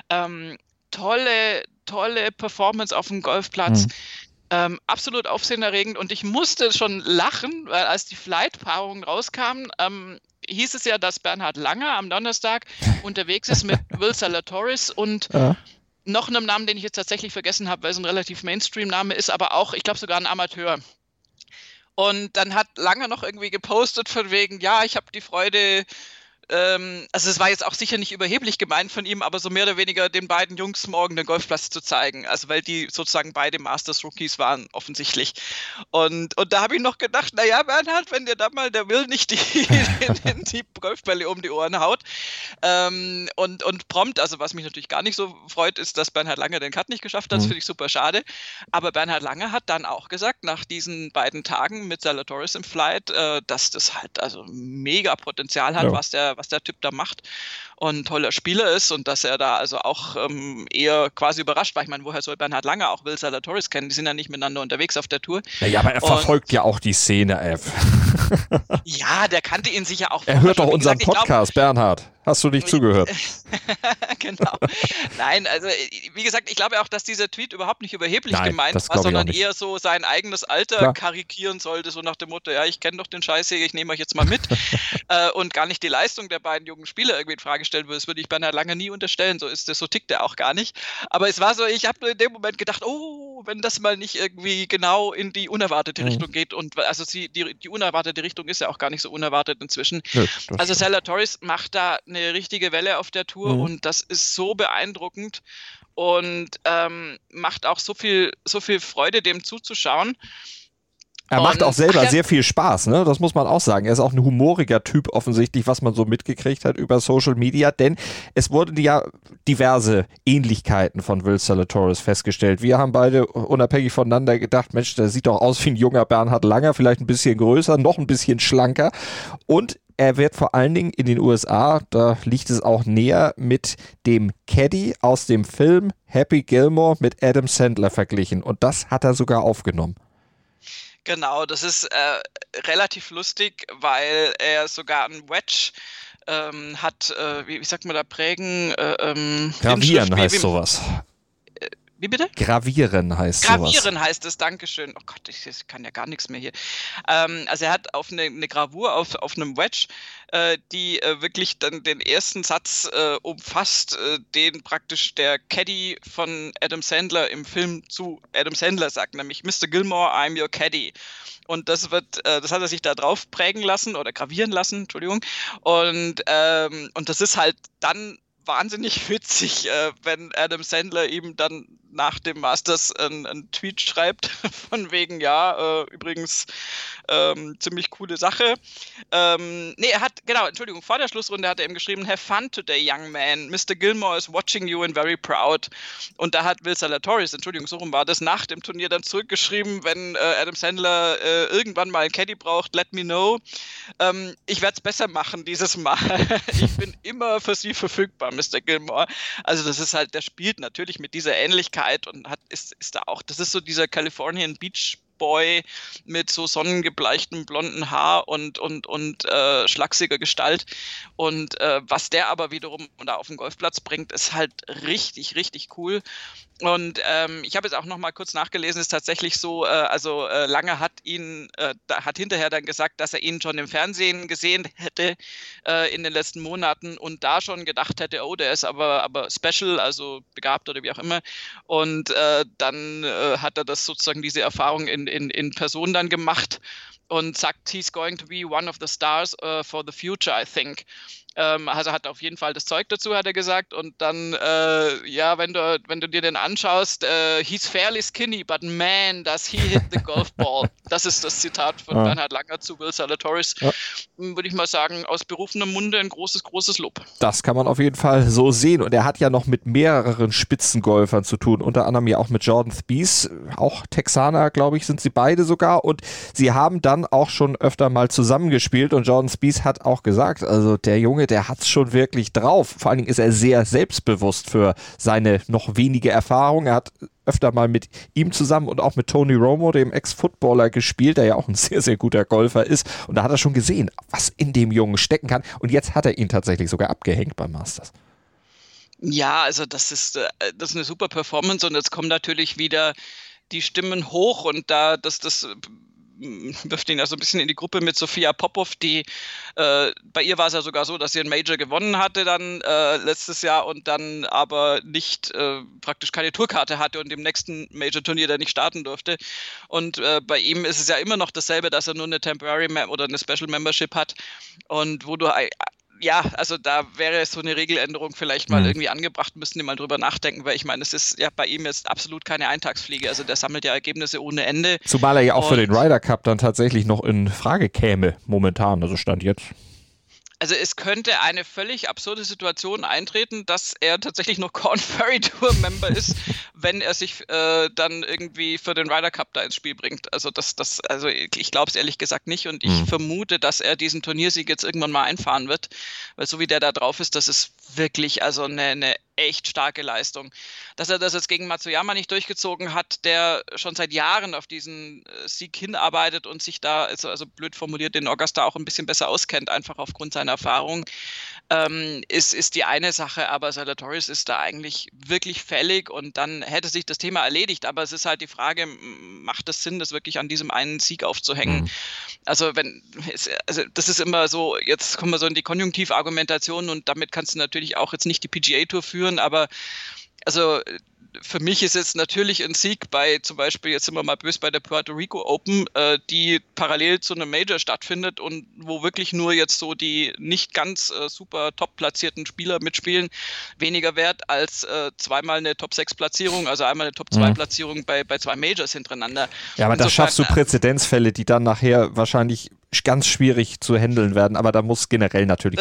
S3: tolle Performance auf dem Golfplatz, absolut aufsehenerregend und ich musste schon lachen, weil als die Flight-Paarungen rauskamen, hieß es ja, dass Bernhard Langer am Donnerstag unterwegs ist mit Will Zalatoris und noch einem Namen, den ich jetzt tatsächlich vergessen habe, weil es ein relativ Mainstream-Name ist, aber auch, ich glaube sogar ein Amateur. Und dann hat Langer noch irgendwie gepostet von wegen, ja, ich habe die Freude, also es war jetzt auch sicher nicht überheblich gemeint von ihm, aber so mehr oder weniger den beiden Jungs morgen den Golfplatz zu zeigen, also weil die sozusagen beide Masters-Rookies waren, offensichtlich. Und da habe ich noch gedacht, naja, Bernhard, wenn dir da mal der Will nicht die Golfbälle um die Ohren haut und prompt, also was mich natürlich gar nicht so freut, ist, dass Bernhard Langer den Cut nicht geschafft hat, das finde ich super schade, aber Bernhard Langer hat dann auch gesagt, nach diesen beiden Tagen mit Zalatoris im Flight, dass das halt also mega Potenzial hat, was der Typ da macht und ein toller Spieler ist und dass er da also auch eher quasi überrascht war. Ich meine, woher soll Bernhard Langer auch Will Zalatoris kennen? Die sind ja nicht miteinander unterwegs auf der Tour.
S2: Naja, aber er verfolgt ja auch die Szene,
S3: Ja, der kannte ihn sicher auch.
S2: Er hört doch unseren Podcast, Bernhard. Hast du nicht zugehört?
S3: Genau. Nein, also wie gesagt, ich glaube auch, dass dieser Tweet überhaupt nicht überheblich gemeint war, sondern eher so sein eigenes Alter karikieren sollte, so nach dem Motto, ja, ich kenne doch den Scheiß hier, ich nehme euch jetzt mal mit und gar nicht die Leistung der beiden jungen Spieler irgendwie in Frage stellen würde. Das würde ich Bernhard Langer nie unterstellen, so tickt er auch gar nicht. Aber es war so, ich habe nur in dem Moment gedacht, oh, wenn das mal nicht irgendwie genau in die unerwartete Richtung geht und also die unerwartete Richtung ist ja auch gar nicht so unerwartet inzwischen. Ja, also Zalatoris macht da eine richtige Welle auf der Tour und das ist so beeindruckend und macht auch so viel Freude, dem zuzuschauen.
S2: Er macht auch selber sehr viel Spaß, ne? Das muss man auch sagen. Er ist auch ein humoriger Typ offensichtlich, was man so mitgekriegt hat über Social Media, denn es wurden ja diverse Ähnlichkeiten von Will Zalatoris festgestellt. Wir haben beide unabhängig voneinander gedacht, Mensch, der sieht doch aus wie ein junger Bernhard Langer, vielleicht ein bisschen größer, noch ein bisschen schlanker und er wird vor allen Dingen in den USA, da liegt es auch näher, mit dem Caddy aus dem Film Happy Gilmore mit Adam Sandler verglichen und das hat er sogar aufgenommen.
S3: Genau, das ist relativ lustig, weil er sogar einen Wedge hat, wie sagt man da, prägen?
S2: Gravieren heißt sowas.
S3: Wie bitte?
S2: Gravieren heißt sowas.
S3: Gravieren heißt es, Dankeschön. Oh Gott, ich kann ja gar nichts mehr hier. Also er hat auf eine Gravur auf einem Wedge, die wirklich dann den ersten Satz umfasst, den praktisch der Caddy von Adam Sandler im Film zu Adam Sandler sagt, nämlich Mr. Gilmore, I'm your Caddy. Und das hat er sich da drauf prägen lassen oder gravieren lassen, Entschuldigung. Und das ist halt dann wahnsinnig witzig, wenn Adam Sandler ihm dann nach dem Masters einen Tweet schreibt, von wegen, ja, übrigens ziemlich coole Sache. Er hat, genau, Entschuldigung, vor der Schlussrunde hat er ihm geschrieben, have fun today, young man. Mr. Gilmore is watching you and very proud. Und da hat Will Zalatoris, Entschuldigung, so rum war das, nach dem Turnier dann zurückgeschrieben, wenn Adam Sandler irgendwann mal einen Caddy braucht, let me know. Ich werde es besser machen dieses Mal. Ich bin immer für Sie verfügbar, Mr. Gilmore. Also das ist halt, der spielt natürlich mit dieser Ähnlichkeit und ist da auch, das ist so dieser Californian Beach Boy mit so sonnengebleichtem blonden Haar und schlachsiger Gestalt. Und was der aber wiederum da auf den Golfplatz bringt, ist halt richtig, richtig cool. Und ich habe jetzt auch noch mal kurz nachgelesen, ist tatsächlich so, Lange hat hat hinterher dann gesagt, dass er ihn schon im Fernsehen gesehen hätte in den letzten Monaten und da schon gedacht hätte, oh, der ist aber special, also begabt oder wie auch immer. Und dann hat er das sozusagen, diese Erfahrung in Person dann gemacht und sagt, he's going to be one of the stars for the future, I think. Also hat auf jeden Fall das Zeug dazu, hat er gesagt. Und dann, wenn du dir den anschaust, he's fairly skinny, but man, does he hit the golf ball. Das ist das Zitat von Bernhard Langer zu Will Zalatoris. Ja. Würde ich mal sagen, aus berufenem Munde ein großes, großes Lob.
S2: Das kann man auf jeden Fall so sehen. Und er hat ja noch mit mehreren Spitzengolfern zu tun, unter anderem ja auch mit Jordan Spieth, auch Texaner, glaube ich, sind sie beide sogar. Und sie haben dann auch schon öfter mal zusammengespielt. Und Jordan Spieth hat auch gesagt, also der Junge, der hat es schon wirklich drauf. Vor allen Dingen ist er sehr selbstbewusst für seine noch wenige Erfahrung. Er hat öfter mal mit ihm zusammen und auch mit Tony Romo, dem Ex-Footballer, gespielt, der ja auch ein sehr, sehr guter Golfer ist. Und da hat er schon gesehen, was in dem Jungen stecken kann. Und jetzt hat er ihn tatsächlich sogar abgehängt beim Masters.
S3: Ja, also das ist eine super Performance und jetzt kommen natürlich wieder die Stimmen hoch und das wirft ihn ja so ein bisschen in die Gruppe mit Sophia Popov, die bei ihr war es ja sogar so, dass sie einen Major gewonnen hatte dann letztes Jahr und dann aber nicht praktisch keine Tourkarte hatte und im nächsten Major-Turnier dann nicht starten durfte. Und bei ihm ist es ja immer noch dasselbe, dass er nur eine Temporary oder eine Special Membership hat und wo du also da wäre so eine Regeländerung vielleicht mal irgendwie angebracht, müssten die mal drüber nachdenken, weil ich meine, es ist ja bei ihm jetzt absolut keine Eintagsfliege, also der sammelt ja Ergebnisse ohne Ende.
S2: Zumal er ja auch für den Ryder Cup dann tatsächlich noch in Frage käme, momentan, also Stand jetzt.
S3: Also es könnte eine völlig absurde Situation eintreten, dass er tatsächlich noch Korn Ferry Tour Member ist, wenn er sich dann irgendwie für den Ryder Cup da ins Spiel bringt. Also ich glaube es ehrlich gesagt nicht und ich vermute, dass er diesen Turniersieg jetzt irgendwann mal einfahren wird, weil so wie der da drauf ist, das ist wirklich also eine echt starke Leistung. Dass er das jetzt gegen Matsuyama nicht durchgezogen hat, der schon seit Jahren auf diesen Sieg hinarbeitet und sich da, also blöd formuliert, den Augusta auch ein bisschen besser auskennt, einfach aufgrund seiner Erfahrung, ist die eine Sache, aber Zalatoris ist da eigentlich wirklich fällig und dann hätte sich das Thema erledigt, aber es ist halt die Frage, macht es Sinn, das wirklich an diesem einen Sieg aufzuhängen? Also das ist immer so, jetzt kommen wir so in die Konjunktivargumentation und damit kannst du natürlich auch jetzt nicht die PGA Tour führen, aber also für mich ist jetzt natürlich ein Sieg bei zum Beispiel, jetzt sind wir mal böse, bei der Puerto Rico Open, die parallel zu einem Major stattfindet und wo wirklich nur jetzt so die nicht ganz super top platzierten Spieler mitspielen, weniger wert als zweimal eine Top-6-Platzierung, also einmal eine Top-2-Platzierung bei 2 Majors hintereinander.
S2: Ja, aber da schaffst du Präzedenzfälle, die dann nachher wahrscheinlich ganz schwierig zu handeln werden, aber da muss generell natürlich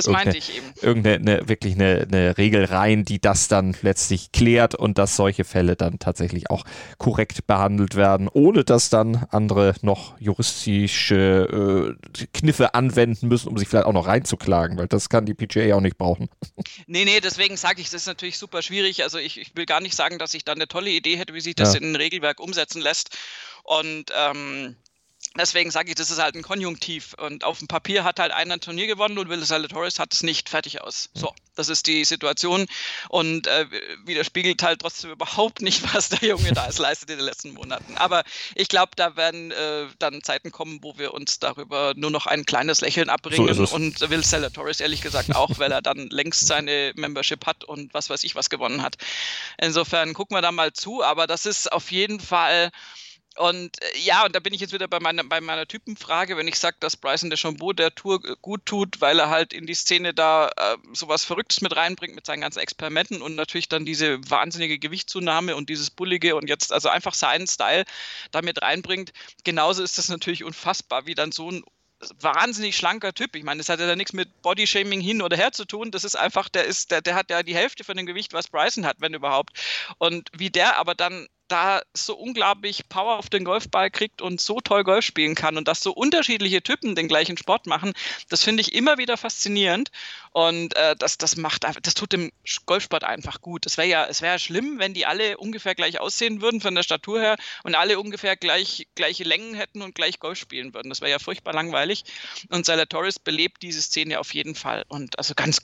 S2: wirklich eine Regel rein, die das dann letztlich klärt und dass solche Fälle dann tatsächlich auch korrekt behandelt werden, ohne dass dann andere noch juristische Kniffe anwenden müssen, um sich vielleicht auch noch reinzuklagen, weil das kann die PGA auch nicht brauchen.
S3: Nee, deswegen sage ich, das ist natürlich super schwierig. Also ich will gar nicht sagen, dass ich da eine tolle Idee hätte, wie sich das in ein Regelwerk umsetzen lässt. Und deswegen sage ich, das ist halt ein Konjunktiv und auf dem Papier hat halt einer ein Turnier gewonnen und Will Zalatoris hat es nicht, fertig aus. So, das ist die Situation und widerspiegelt halt trotzdem überhaupt nicht, was der Junge da alles leistet in den letzten Monaten. Aber ich glaube, da werden dann Zeiten kommen, wo wir uns darüber nur noch ein kleines Lächeln abbringen und Will Zalatoris ehrlich gesagt auch, weil er dann längst seine Membership hat und was weiß ich was gewonnen hat. Insofern gucken wir da mal zu, aber das ist auf jeden Fall. Und und da bin ich jetzt wieder bei meiner Typenfrage, wenn ich sage, dass Bryson DeChambeau der Tour gut tut, weil er halt in die Szene da sowas Verrücktes mit reinbringt mit seinen ganzen Experimenten und natürlich dann diese wahnsinnige Gewichtszunahme und dieses Bullige und jetzt also einfach seinen Style damit reinbringt. Genauso ist das natürlich unfassbar, wie dann so ein wahnsinnig schlanker Typ. Ich meine, das hat ja nichts mit Bodyshaming hin oder her zu tun. Das ist einfach, der hat ja die Hälfte von dem Gewicht, was Bryson hat, wenn überhaupt. Und wie der aber dann da so unglaublich Power auf den Golfball kriegt und so toll Golf spielen kann und dass so unterschiedliche Typen den gleichen Sport machen, das finde ich immer wieder faszinierend und das tut dem Golfsport einfach gut. Es wäre ja schlimm, wenn die alle ungefähr gleich aussehen würden von der Statur her und alle ungefähr gleiche Längen hätten und gleich Golf spielen würden. Das wäre ja furchtbar langweilig und Zalatoris belebt diese Szene auf jeden Fall und also ein ganz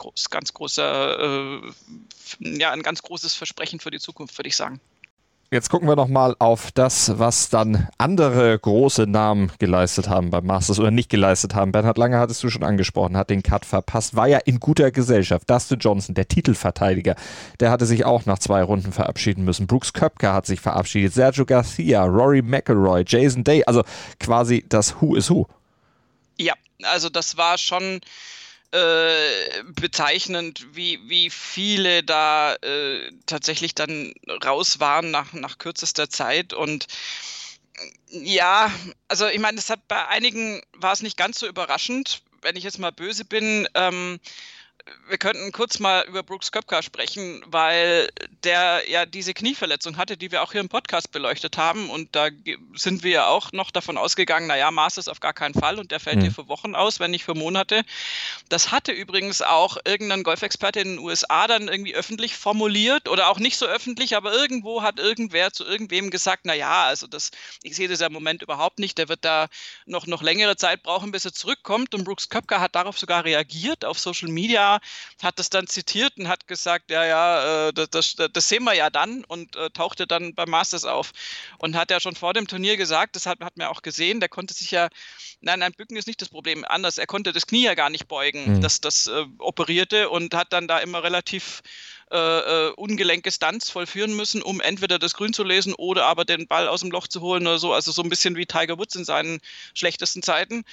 S3: großes Versprechen für die Zukunft, würde ich sagen.
S2: Jetzt gucken wir nochmal auf das, was dann andere große Namen geleistet haben beim Masters oder nicht geleistet haben. Bernhard Langer hattest du schon angesprochen, hat den Cut verpasst, war ja in guter Gesellschaft. Dustin Johnson, der Titelverteidiger, der hatte sich auch nach 2 Runden verabschieden müssen. Brooks Koepka hat sich verabschiedet, Sergio Garcia, Rory McIlroy, Jason Day, also quasi das Who is Who.
S3: Ja, also das war schon bezeichnend, wie viele da tatsächlich dann raus waren nach kürzester Zeit und ja, also ich meine, bei einigen war es nicht ganz so überraschend, wenn ich jetzt mal böse bin, wir könnten kurz mal über Brooks Koepka sprechen, weil der ja diese Knieverletzung hatte, die wir auch hier im Podcast beleuchtet haben und da sind wir ja auch noch davon ausgegangen, Masters auf gar keinen Fall und der fällt hier für Wochen aus, wenn nicht für Monate. Das hatte übrigens auch irgendein Golfexperte in den USA dann irgendwie öffentlich formuliert oder auch nicht so öffentlich, aber irgendwo hat irgendwer zu irgendwem gesagt, ich sehe das ja im Moment überhaupt nicht, der wird da noch längere Zeit brauchen, bis er zurückkommt und Brooks Koepka hat darauf sogar reagiert auf Social Media, hat das dann zitiert und hat gesagt, das sehen wir ja dann und tauchte dann beim Masters auf und hat ja schon vor dem Turnier gesagt, das hat man ja auch gesehen, der konnte sich ja, nein, bücken ist nicht das Problem, anders, er konnte das Knie ja gar nicht beugen, das operierte und hat dann da immer relativ ungelenke Stunts vollführen müssen, um entweder das Grün zu lesen oder aber den Ball aus dem Loch zu holen oder so, also so ein bisschen wie Tiger Woods in seinen schlechtesten Zeiten,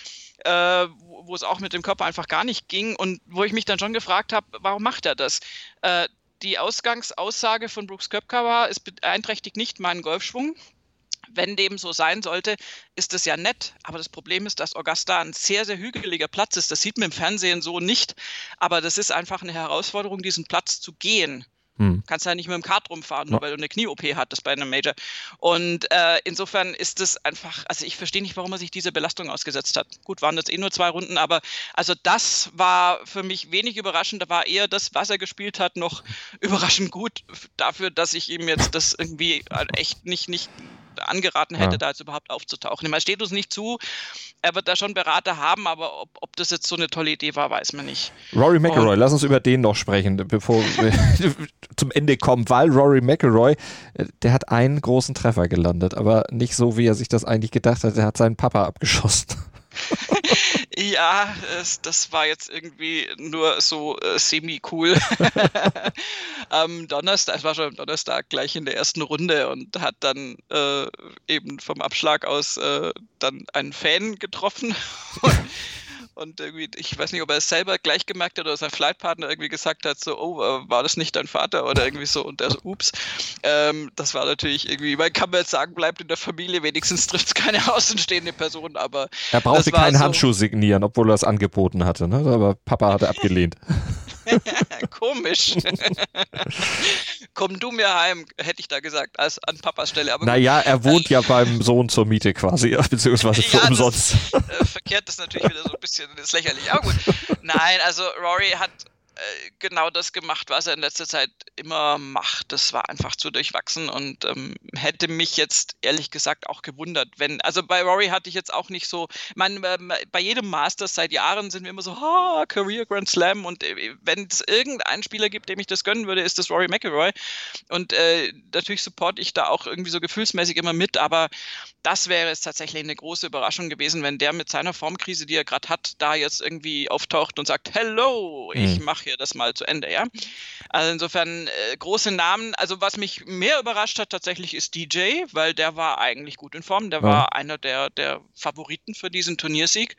S3: wo es auch mit dem Körper einfach gar nicht ging und wo ich mich dann schon gefragt habe, warum macht er das? Die Ausgangsaussage von Brooks Koepka war, es beeinträchtigt nicht meinen Golfschwung. Wenn dem so sein sollte, ist das ja nett. Aber das Problem ist, dass Augusta ein sehr, sehr hügeliger Platz ist. Das sieht man im Fernsehen so nicht. Aber das ist einfach eine Herausforderung, diesen Platz zu gehen. Kannst ja nicht mit dem Kart rumfahren, nur weil du eine Knie-OP hattest bei einem Major. Und insofern ist es einfach, also ich verstehe nicht, warum er sich diese Belastung ausgesetzt hat. Gut, waren jetzt nur 2 Runden, aber also das war für mich wenig überraschend. Da war eher das, was er gespielt hat, noch überraschend gut dafür, dass ich ihm jetzt das irgendwie echt nicht angeraten hätte, da jetzt überhaupt aufzutauchen. Ich meine, steht uns nicht zu, er wird da schon Berater haben, aber ob das jetzt so eine tolle Idee war, weiß man nicht.
S2: Rory McIlroy, lass uns über den noch sprechen, bevor wir zum Ende kommen, weil Rory McIlroy, der hat einen großen Treffer gelandet, aber nicht so, wie er sich das eigentlich gedacht hat, er hat seinen Papa abgeschossen.
S3: Ja, das war jetzt irgendwie nur so semi-cool. Es war schon am Donnerstag gleich in der ersten Runde und hat dann eben vom Abschlag aus dann einen Fan getroffen. Und irgendwie, ich weiß nicht, ob er es selber gleich gemerkt hat oder sein Flightpartner irgendwie gesagt hat, so, oh, war das nicht dein Vater oder irgendwie so, und der so, ups. Das war natürlich irgendwie, man kann jetzt sagen, bleibt in der Familie, wenigstens trifft es keine außenstehende Person, aber
S2: er brauchte keinen Handschuh signieren, obwohl er es angeboten hatte, ne? Aber Papa hatte abgelehnt.
S3: Komisch. Komm du mir heim, hätte ich da gesagt, als an Papas Stelle. Aber
S2: naja, er wohnt ja beim Sohn zur Miete quasi, beziehungsweise für umsonst.
S3: Verkehrt das natürlich wieder so ein bisschen ins Lächerliche. Aber gut. Nein, also Rory hat genau das gemacht, was er in letzter Zeit immer macht. Das war einfach zu durchwachsen und hätte mich jetzt ehrlich gesagt auch gewundert, also bei Rory hatte ich jetzt auch nicht so, ich meine, bei jedem Masters seit Jahren sind wir immer so, Career Grand Slam, und wenn es irgendeinen Spieler gibt, dem ich das gönnen würde, ist das Rory McIlroy, und natürlich supporte ich da auch irgendwie so gefühlsmäßig immer mit, aber das wäre jetzt tatsächlich eine große Überraschung gewesen, wenn der mit seiner Formkrise, die er gerade hat, da jetzt irgendwie auftaucht und sagt, hello, ich mache hier das mal zu Ende, ja. Also insofern große Namen. Also was mich mehr überrascht hat tatsächlich ist DJ, weil der war eigentlich gut in Form. Der war einer der Favoriten für diesen Turniersieg.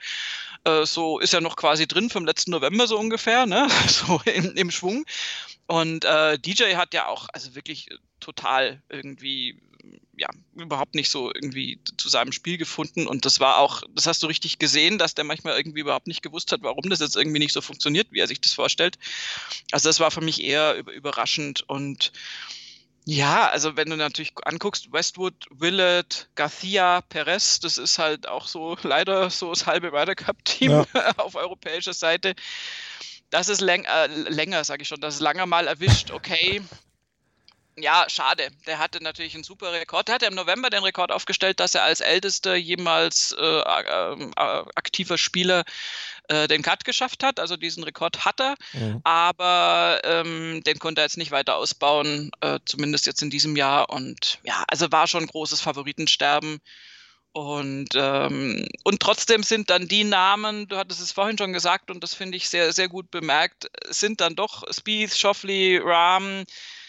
S3: So ist er noch quasi drin vom letzten November so ungefähr, ne? So im Schwung. Und DJ hat ja auch also wirklich total irgendwie überhaupt nicht so irgendwie zu seinem Spiel gefunden, und das hast du richtig gesehen, dass der manchmal irgendwie überhaupt nicht gewusst hat, warum das jetzt irgendwie nicht so funktioniert, wie er sich das vorstellt. Also das war für mich eher überraschend, und ja, also wenn du natürlich anguckst, Westwood, Willett, Garcia, Perez, das ist halt auch so leider so das halbe Ryder Cup Team auf europäischer Seite. Das ist länger, sage ich schon, das ist langer mal erwischt, okay. Ja, schade. Der hatte natürlich einen super Rekord. Der hatte im November den Rekord aufgestellt, dass er als ältester jemals aktiver Spieler den Cut geschafft hat. Also diesen Rekord hat er, aber den konnte er jetzt nicht weiter ausbauen, zumindest jetzt in diesem Jahr. Und ja, also war schon großes Favoritensterben. Und trotzdem sind dann die Namen, du hattest es vorhin schon gesagt, und das finde ich sehr, sehr gut bemerkt, sind dann doch Spieth, Schauffele, Rahm,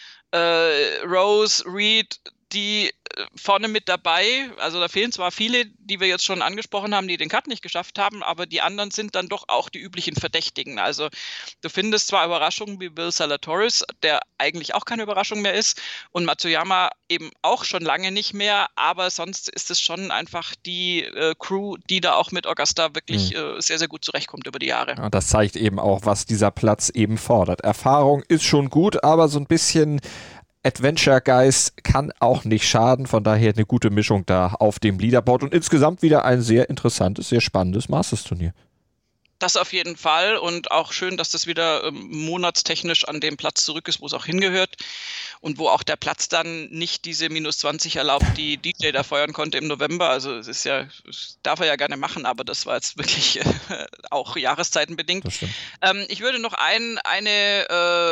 S3: Rose, Reed, die vorne mit dabei, also da fehlen zwar viele, die wir jetzt schon angesprochen haben, die den Cut nicht geschafft haben, aber die anderen sind dann doch auch die üblichen Verdächtigen. Also du findest zwar Überraschungen wie Will Zalatoris, der eigentlich auch keine Überraschung mehr ist, und Matsuyama eben auch schon lange nicht mehr, aber sonst ist es schon einfach die Crew, die da auch mit Augusta wirklich sehr, sehr gut zurechtkommt über die Jahre.
S2: Ja, das zeigt eben auch, was dieser Platz eben fordert. Erfahrung ist schon gut, aber so ein bisschen Adventure-Geist kann auch nicht schaden, von daher eine gute Mischung da auf dem Leaderboard und insgesamt wieder ein sehr interessantes, sehr spannendes Masters-Turnier.
S3: Das auf jeden Fall, und auch schön, dass das wieder monatstechnisch an dem Platz zurück ist, wo es auch hingehört, und wo auch der Platz dann nicht diese -20 erlaubt, die DJ da feuern konnte im November. Also es ist ja, das darf er ja gerne machen, aber das war jetzt wirklich auch jahreszeitenbedingt. Ich würde noch eine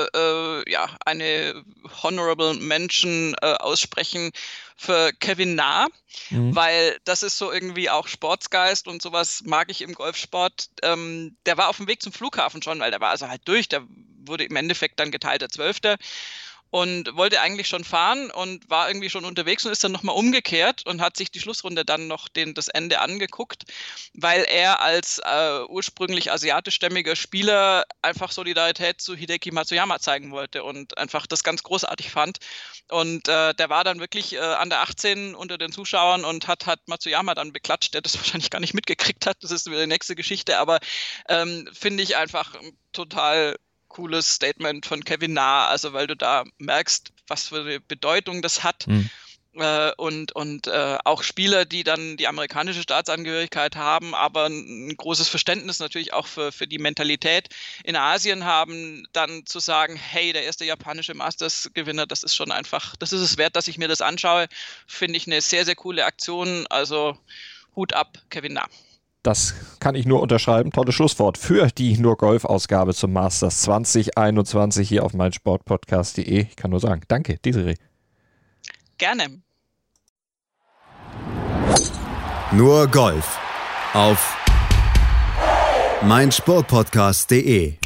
S3: Honorable Mention aussprechen für Kevin Na, weil das ist so irgendwie auch Sportsgeist und sowas mag ich im Golfsport. Der war auf dem Weg zum Flughafen schon, weil der war also halt durch, der wurde im Endeffekt dann geteilter 12. und wollte eigentlich schon fahren und war irgendwie schon unterwegs und ist dann nochmal umgekehrt und hat sich die Schlussrunde dann noch das Ende angeguckt, weil er als ursprünglich asiatischstämmiger Spieler einfach Solidarität zu Hideki Matsuyama zeigen wollte und einfach das ganz großartig fand. Und der war dann wirklich an der 18 unter den Zuschauern und hat Matsuyama dann beklatscht, der das wahrscheinlich gar nicht mitgekriegt hat. Das ist wieder die nächste Geschichte, aber finde ich einfach total cooles Statement von Kevin Na, also weil du da merkst, was für eine Bedeutung das hat. Und auch Spieler, die dann die amerikanische Staatsangehörigkeit haben, aber ein großes Verständnis natürlich auch für die Mentalität in Asien haben, dann zu sagen, hey, der erste japanische Masters-Gewinner, das ist schon einfach, das ist es wert, dass ich mir das anschaue, finde ich eine sehr, sehr coole Aktion, also Hut ab, Kevin Na.
S2: Das kann ich nur unterschreiben. Tolles Schlusswort für die Nur-Golf-Ausgabe zum Masters 2021 hier auf meinsportpodcast.de. Ich kann nur sagen, danke, Desiree.
S3: Gerne.
S1: Nur Golf auf meinsportpodcast.de